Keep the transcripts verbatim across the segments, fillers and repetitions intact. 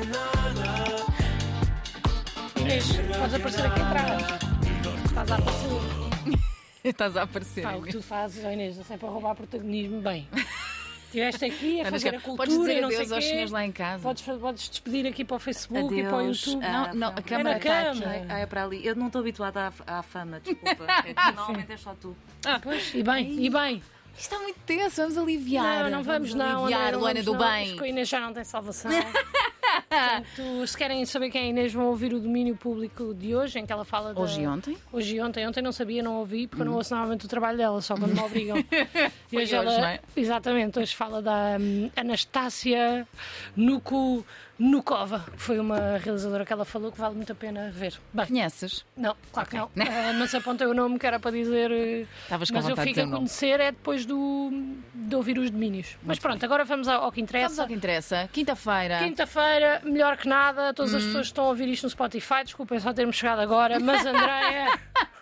Inês, podes aparecer aqui atrás. Estás a aparecer. Estás a aparecer. Pá, o que tu fazes, oh Inês, é sempre a roubar protagonismo. Bem, estiveste aqui a fazer a cultura. Podes dizer e não adeus sei aos quê. senhores lá em casa. Podes, podes despedir aqui para o Facebook Adeus. e para o YouTube. Ah, Não, não, a é câmara na está cama. aqui. Ah, é para ali. Eu não estou habituada à, à fama, desculpa. É que normalmente é só tu. Pois, e bem, e bem. Isto está muito tenso, vamos aliviar. Não, não vamos, não. aliviar, André, não Luana vamos, do não. bem. Isto com a Inês já não tem salvação. Portanto, se querem saber quem é a Inês, vão ouvir o domínio público de hoje, em que ela fala da... Hoje e ontem? Hoje e ontem. Ontem não sabia, não ouvi, porque eu não ouço normalmente o trabalho dela, só quando me obrigam. E hoje, ela, não é? Exatamente, hoje fala da hum, Anastácia Nuku Nukova, que foi uma realizadora que ela falou que vale muito a pena ver. Bem, Conheces? não, claro que não. Ah, não se apontei o nome que era para dizer. eh, Estavas com Mas eu vontade de fico dizer a o nome. conhecer é depois do, de ouvir os domínios. Mas pronto, agora vamos ao, ao que Vamos interessa. ao que interessa. Quinta-feira. Quinta-feira, melhor que nada, todas Hum. as pessoas que estão a ouvir isto no Spotify, desculpem só termos chegado agora, mas Andreia,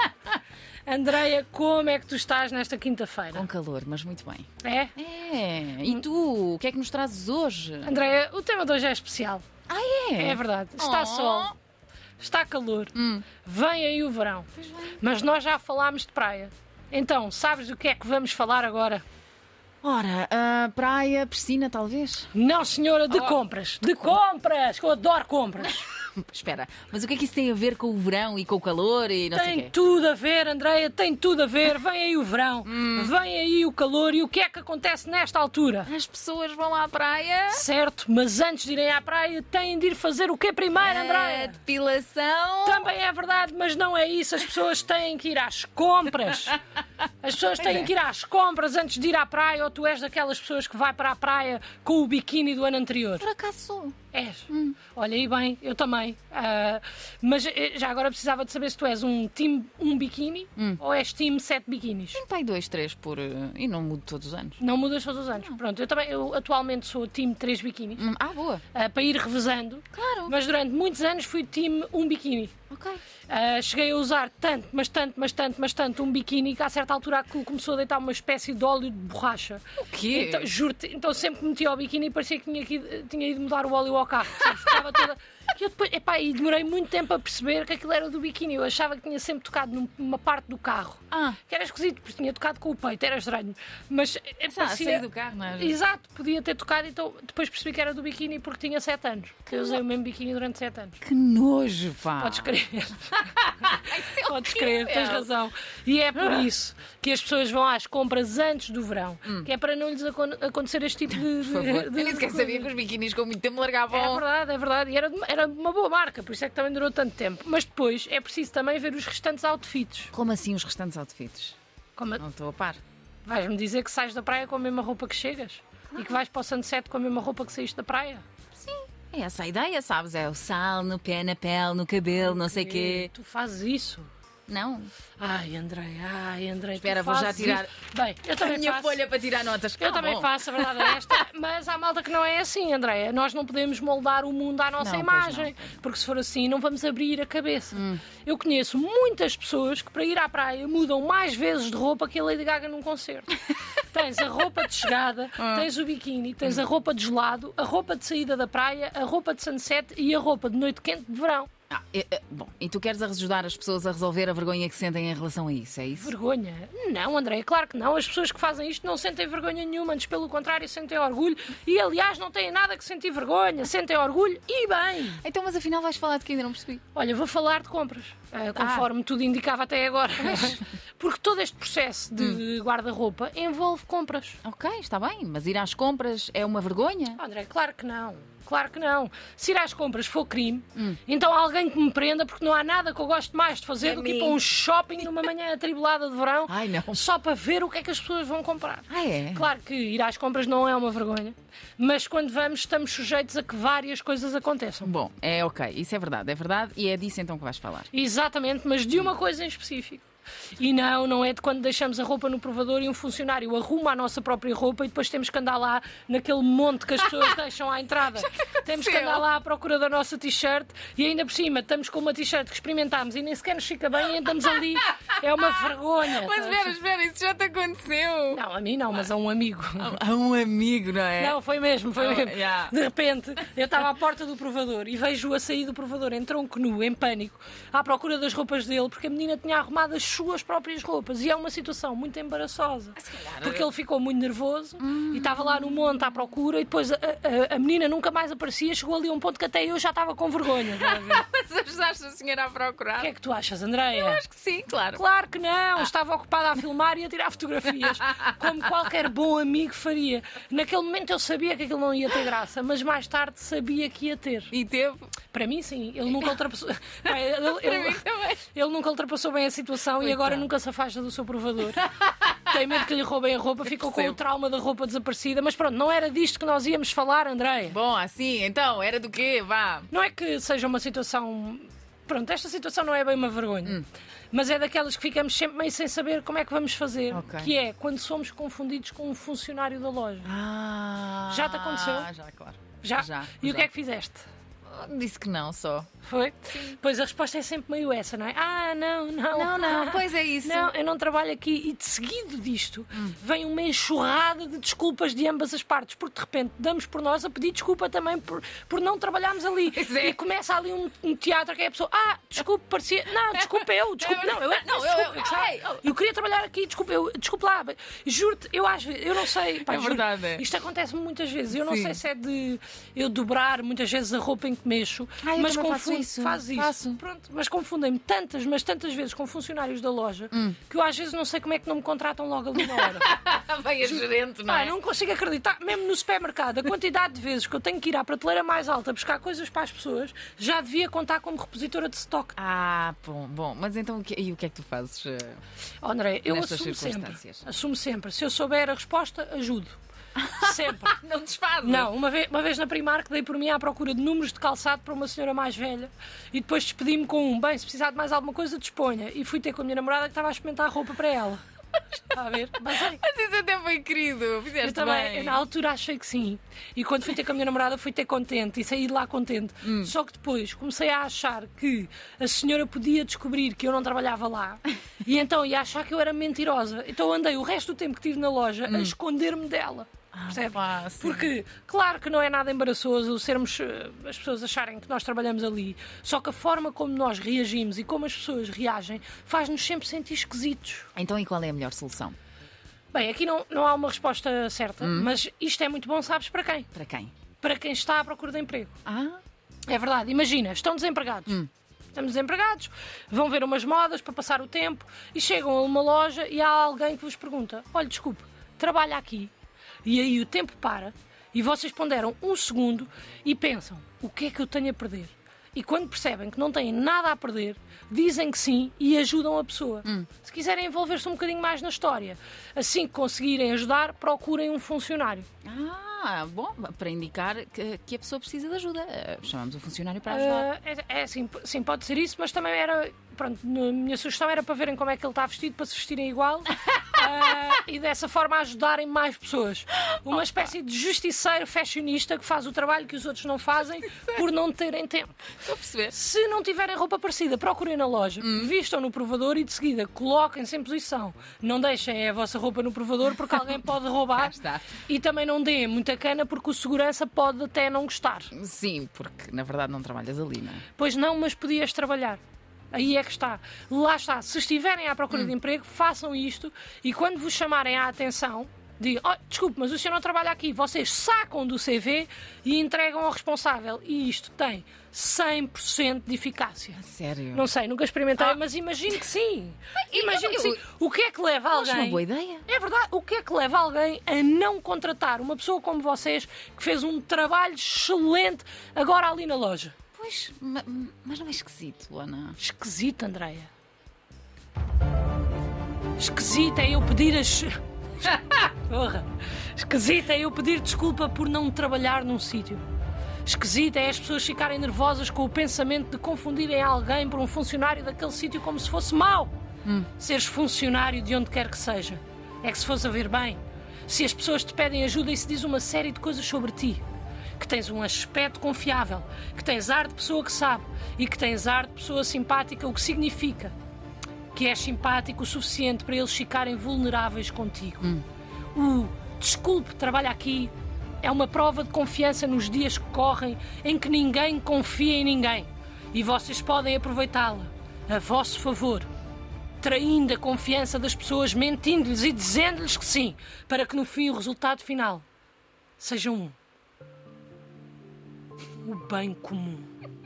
Andreia, como é que tu estás nesta quinta-feira? Com calor, mas muito bem. É? É. E tu? O que é que nos trazes hoje? Andreia, o tema de hoje é especial. Ah, é? É verdade. Está Oh. sol, está calor, Hum. vem aí o verão. Mas nós já falámos de praia. Então, sabes do que é que vamos falar agora? Ora, a praia, piscina, talvez? Não, senhora, de compras. De compras! Que eu adoro compras. Espera, mas o que é que isso tem a ver com o verão e com o calor e não sei o Tem quê? tudo a ver, Andreia, tem tudo a ver. Vem aí o verão, Hum. vem aí o calor e o que é que acontece nesta altura? As pessoas vão à praia. Certo, mas antes de irem à praia têm de ir fazer o que primeiro, A Andreia? depilação. Também é verdade, mas não é isso. As pessoas têm que ir às compras. As pessoas têm é. que ir às compras antes de ir à praia, ou tu és daquelas pessoas que vai para a praia com o biquíni do ano anterior? Por acaso sou. És. Olha, e bem, eu também. Ah, mas eh, já agora precisava de saber se tu és um time um biquíni ou és time sete biquínis. Tenho pai dois, três por... eh, e não mudo todos os anos. Não mudas todos os anos. Pronto, eu também, eu atualmente sou time três biquínis, Hum, Ah, boa. ah, para ir revezando. Claro. Mas durante muitos anos fui time um biquíni. Ok. Ah, cheguei a usar tanto, mas tanto, mas tanto, mas tanto um biquíni que a certa altura aquilo começou a deitar uma espécie de óleo de borracha. O quê? Então, juro-te, então sempre que metia o biquíni parecia que tinha, que, tinha ido mudar o óleo ao carro. Sabe? Ficava toda... E eu depois, epá, e demorei muito tempo a perceber que aquilo era do biquíni. Eu achava que tinha sempre tocado num- numa parte do carro. Ah. Que era esquisito, porque tinha tocado com o peito, era estranho. Mas é, Ah, parecia... saí do carro, não é? Exato, podia ter tocado, então depois percebi que era do biquíni porque tinha sete anos. Eu usei o mesmo biquíni durante sete anos. Que nojo, pá. Podes crer. Isso é Podes crer, tens horrível. razão. E é por isso que as pessoas vão às compras antes do verão. Que é para não lhes acon- acontecer este tipo de. Por favor. de- Eu nem sequer de sabia coisa. que os biquinis com muito tempo largavam. É verdade, é verdade. E era, de- era de uma boa marca, por isso é que também durou tanto tempo. Mas depois é preciso também ver os restantes outfits. Como assim os restantes outfits? Como a- Não estou a par. Vais-me dizer que sais da praia com a mesma roupa que chegas? E que vais para o sunset com a mesma roupa que saíste da praia? É essa a ideia, sabes? É o sal no pé, na pele, no cabelo, não sei o quê. Tu fazes isso? Não. Ai, Andrei, ai, Andrei. Espera, tu vou já fazes tirar isso. Bem, eu A também minha faço. folha para tirar notas. Eu Ah, também bom. faço, a verdade é esta, mas há malta que não é assim, Andréia. Nós não podemos moldar o mundo à nossa Não, pois imagem, não. porque se for assim não vamos abrir a cabeça. Hum. Eu conheço muitas pessoas que para ir à praia mudam mais vezes de roupa que a Lady Gaga num concerto. Tens a roupa de chegada, Ah. tens o biquíni, tens a roupa de gelado, a roupa de saída da praia, a roupa de sunset e a roupa de noite quente de verão. Ah, é, é, bom, e tu queres ajudar as pessoas a resolver a vergonha que sentem em relação a isso, é isso? Vergonha? Não, André, claro que não. As pessoas que fazem isto não sentem vergonha nenhuma, antes pelo contrário sentem orgulho e, aliás, não têm nada que sentir vergonha, sentem orgulho e bem. Então, mas afinal vais falar de que ainda não percebi. Olha, vou falar de compras, ah, conforme tudo indicava até agora. Porque todo este processo de guarda-roupa envolve compras. Ok, está bem, mas ir às compras é uma vergonha? André, claro que não. Claro que não. Se ir às compras for crime, então alguém que me prenda, porque não há nada que eu gosto mais de fazer A do que ir mim. para um shopping numa manhã atribulada de verão, Ai, não. só para ver o que é que as pessoas vão comprar. Ah, é? Claro que ir às compras não é uma vergonha, mas quando vamos estamos sujeitos a que várias coisas aconteçam. Bom, é ok, isso é verdade, é verdade, e é disso então que vais falar. Exatamente, mas de uma coisa em específico. E não, não é de quando deixamos a roupa no provador e um funcionário arruma a nossa própria roupa e depois temos que andar lá naquele monte que as pessoas deixam à entrada. Temos que andar lá à procura da nossa t-shirt e ainda por cima estamos com uma t-shirt que experimentámos e nem sequer nos fica bem e andamos ali É uma vergonha. Mas espera, espera, isso já te aconteceu? Não, a mim não, mas a um amigo. A um amigo, não é? Não, foi mesmo, foi Oh, mesmo. yeah. De repente, eu estava à porta do provador e vejo-o a sair do provador em tronco nu, em pânico, à procura das roupas dele, porque a menina tinha arrumado as suas próprias roupas. E é uma situação muito embaraçosa. Porque ele ficou muito nervoso hum. e estava lá no monte à procura e depois a, a, a menina nunca mais aparecia, chegou ali a um ponto que até eu já estava com vergonha. Mas ajudaste a senhora a procurar? O que é que tu achas, Andreia? Eu acho que sim, claro. Claro que não, estava ocupada a filmar e a tirar fotografias, como qualquer bom amigo faria. Naquele momento eu sabia que aquilo não ia ter graça, mas mais tarde sabia que ia ter. E teve? Para mim, sim. Ele nunca ultrapassou. Bem, ele, ele, Para mim também. Ele nunca ultrapassou bem a situação. Coitado. E agora nunca se afasta do seu provador. Tem medo que lhe roubem a roupa, ficou com o trauma da roupa desaparecida. Mas pronto, não era disto que nós íamos falar, André. Bom, assim, então, era do quê? Vá. Não é que seja uma situação... Pronto, esta situação não é bem uma vergonha. Hum. Mas é daquelas que ficamos sempre meio sem saber como é que vamos fazer. Okay. Que é quando somos confundidos com um funcionário da loja. Ah, já te aconteceu? Já, claro. Já? já e já. o que é que fizeste? Disse que não, só. Foi? Sim. Pois a resposta é sempre meio essa, não é? Ah, não, não. Não, não, pois é isso. Não, eu não trabalho aqui. E de seguido disto hum. vem uma enxurrada de desculpas de ambas as partes, porque de repente damos por nós a pedir desculpa também por, por não trabalharmos ali. É. E começa ali um, um teatro que é a pessoa, ah, desculpe, parecia. Não, desculpe eu, desculpe. Não, eu, não, eu, eu, eu, eu, eu queria trabalhar aqui, desculpe, eu, desculpe lá. Juro-te, eu às vezes, eu não sei. Pá, é verdade. Juro, isto acontece muitas vezes. Eu não Sim. sei se é de eu dobrar muitas vezes a roupa em que mexo. Ai, mas confundo, isso. faz isso. Faço. Pronto, mas confundem-me tantas, mas tantas vezes com funcionários da loja hum. que eu às vezes não sei como é que não me contratam logo ali na hora. Vai a gerente, não é? Ah, não consigo acreditar, mesmo no supermercado, a quantidade de vezes que eu tenho que ir à prateleira mais alta buscar coisas para as pessoas, já devia contar como repositora de stock. Ah, bom, bom. Mas então e o que é que tu fazes? Uh, oh, André, eu nestas assumo sempre. circunstâncias? Assumo sempre. Se eu souber a resposta, ajudo. Sempre. Não desfazes? Não, uma vez, uma vez na Primark dei por mim à procura de números de calçado para uma senhora mais velha e depois despedi-me com um, bem, se precisar de mais alguma coisa, disponha. E fui ter com a minha namorada que estava a experimentar a roupa para ela. Está a ver? Mas, Mas isso até foi querido. Fizeste eu também, bem. eu, na altura achei que sim. E quando fui ter com a minha namorada fui ter contente e saí de lá contente. Hum. Só que depois comecei a achar que a senhora podia descobrir que eu não trabalhava lá e então ia achar que eu era mentirosa. Então andei o resto do tempo que estive na loja hum. a esconder-me dela. Percebe? Ah, porque, claro que não é nada embaraçoso sermos as pessoas acharem que nós trabalhamos ali, só que a forma como nós reagimos e como as pessoas reagem faz-nos sempre sentir esquisitos. Então, e qual é a melhor solução? Bem, aqui não, não há uma resposta certa, hum. mas isto é muito bom, sabes para quem? Para quem? Para quem está à procura de emprego. Ah? É verdade, imagina, estão desempregados. Hum. Estamos desempregados, vão ver umas modas para passar o tempo e chegam a uma loja e há alguém que vos pergunta: olha, desculpe, trabalha aqui? E aí o tempo para e vocês ponderam um segundo e pensam, o que é que eu tenho a perder? E quando percebem que não têm nada a perder, dizem que sim e ajudam a pessoa. Hum. Se quiserem envolver-se um bocadinho mais na história, assim que conseguirem ajudar, procurem um funcionário. Ah, bom, para indicar que, que a pessoa precisa de ajuda. Chamamos o funcionário para ajudar. Uh, é, é sim, sim, pode ser isso, mas também era... Pronto, a minha sugestão era para verem como é que ele está vestido, para se vestirem igual uh, e dessa forma ajudarem mais pessoas. Uma espécie de justiceiro fashionista que faz o trabalho que os outros não fazem por não terem tempo. Estou a perceber. Se não tiverem roupa parecida, procurem na loja, hum. vistam no provador e de seguida coloquem-se em posição. Não deixem a vossa roupa no provador porque alguém pode roubar. Está. E também não deem muita cana porque o segurança pode até não gostar. Sim, porque na verdade não trabalhas ali, não é? Pois não, mas podias trabalhar. Aí é que está. Lá está. Se estiverem à procura hum. de emprego, façam isto e quando vos chamarem a atenção, digam, oh, desculpe, mas o senhor não trabalha aqui. Vocês sacam do C V e entregam ao responsável. E isto tem cem por cento de eficácia. Sério? Não sei, nunca experimentei, ah. mas imagino que sim. Imagino que sim. O que é que leva alguém... Acho uma boa ideia. É verdade. O que é que leva alguém a não contratar uma pessoa como vocês que fez um trabalho excelente agora ali na loja? Pois, mas não é esquisito, Ana? Esquisito, Andreia. Esquisito é eu pedir as... Porra. Esquisito é eu pedir desculpa por não trabalhar num sítio. Esquisito é as pessoas ficarem nervosas com o pensamento de confundirem alguém por um funcionário daquele sítio como se fosse mau. Hum. Seres funcionário de onde quer que seja. É que se fosse a ver bem, se as pessoas te pedem ajuda e se diz uma série de coisas sobre ti, que tens um aspecto confiável, que tens ar de pessoa que sabe e que tens ar de pessoa simpática, o que significa que és simpático o suficiente para eles ficarem vulneráveis contigo. Hum. O desculpe, trabalha aqui é uma prova de confiança nos dias que correm em que ninguém confia em ninguém e vocês podem aproveitá-la a vosso favor, traindo a confiança das pessoas, mentindo-lhes e dizendo-lhes que sim, para que no fim o resultado final seja um. O bem comum.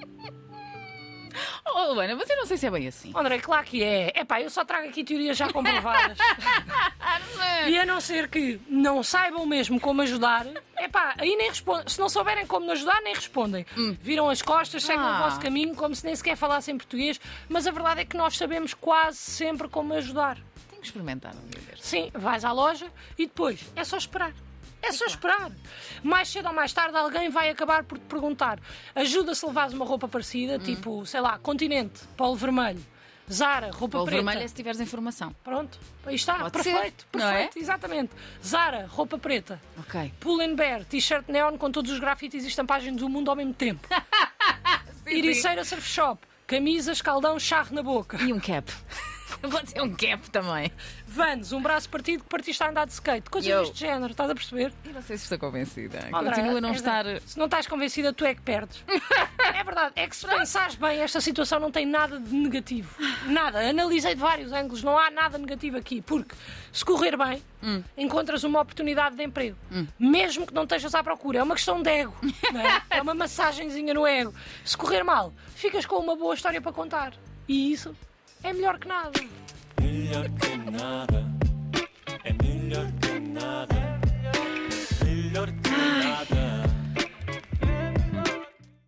Oh, Luana, mas eu não sei se é bem assim. André, claro que é. Epá, eu só trago aqui teorias já comprovadas. E a não ser que não saibam mesmo como ajudar, epá, aí nem respondem. Se não souberem como ajudar, nem respondem. Hum. Viram as costas, seguem ah. o vosso caminho, como se nem sequer falassem português. Mas a verdade é que nós sabemos quase sempre como ajudar. Tenho que experimentar um dia destes. Sim, vais à loja e depois é só esperar. É só esperar. Mais cedo ou mais tarde alguém vai acabar por te perguntar: ajuda se levares uma roupa parecida, hum. tipo, sei lá, Continente, polo vermelho, Zara, roupa polo preta. Polo vermelho é se tiveres informação. Pronto, aí está, Pode perfeito, ser, perfeito, é? Exatamente. Zara, roupa preta. Ok. Pull&Bear, t-shirt neon com todos os grafites e estampagens do mundo ao mesmo tempo. sim, Ericeira Surf Shop, camisa, escaldão, charro na boca. E um cap. Pode ser um cap também. Vans, um braço partido que partiste a andar de skate. Coisas Yo. deste género, estás a perceber? Eu não sei se estou convencida. André, Continuo a não é, estar... Se não estás convencida, tu é que perdes. É verdade, é que se pensares bem, esta situação não tem nada de negativo. Nada. Analisei de vários ângulos, não há nada negativo aqui. Porque se correr bem, hum. encontras uma oportunidade de emprego. Hum. Mesmo que não estejas à procura. É uma questão de ego. Não é? É uma massagenzinha no ego. Se correr mal, ficas com uma boa história para contar. E isso é melhor que nada. Melhor que nada, é melhor que nada, melhor que nada.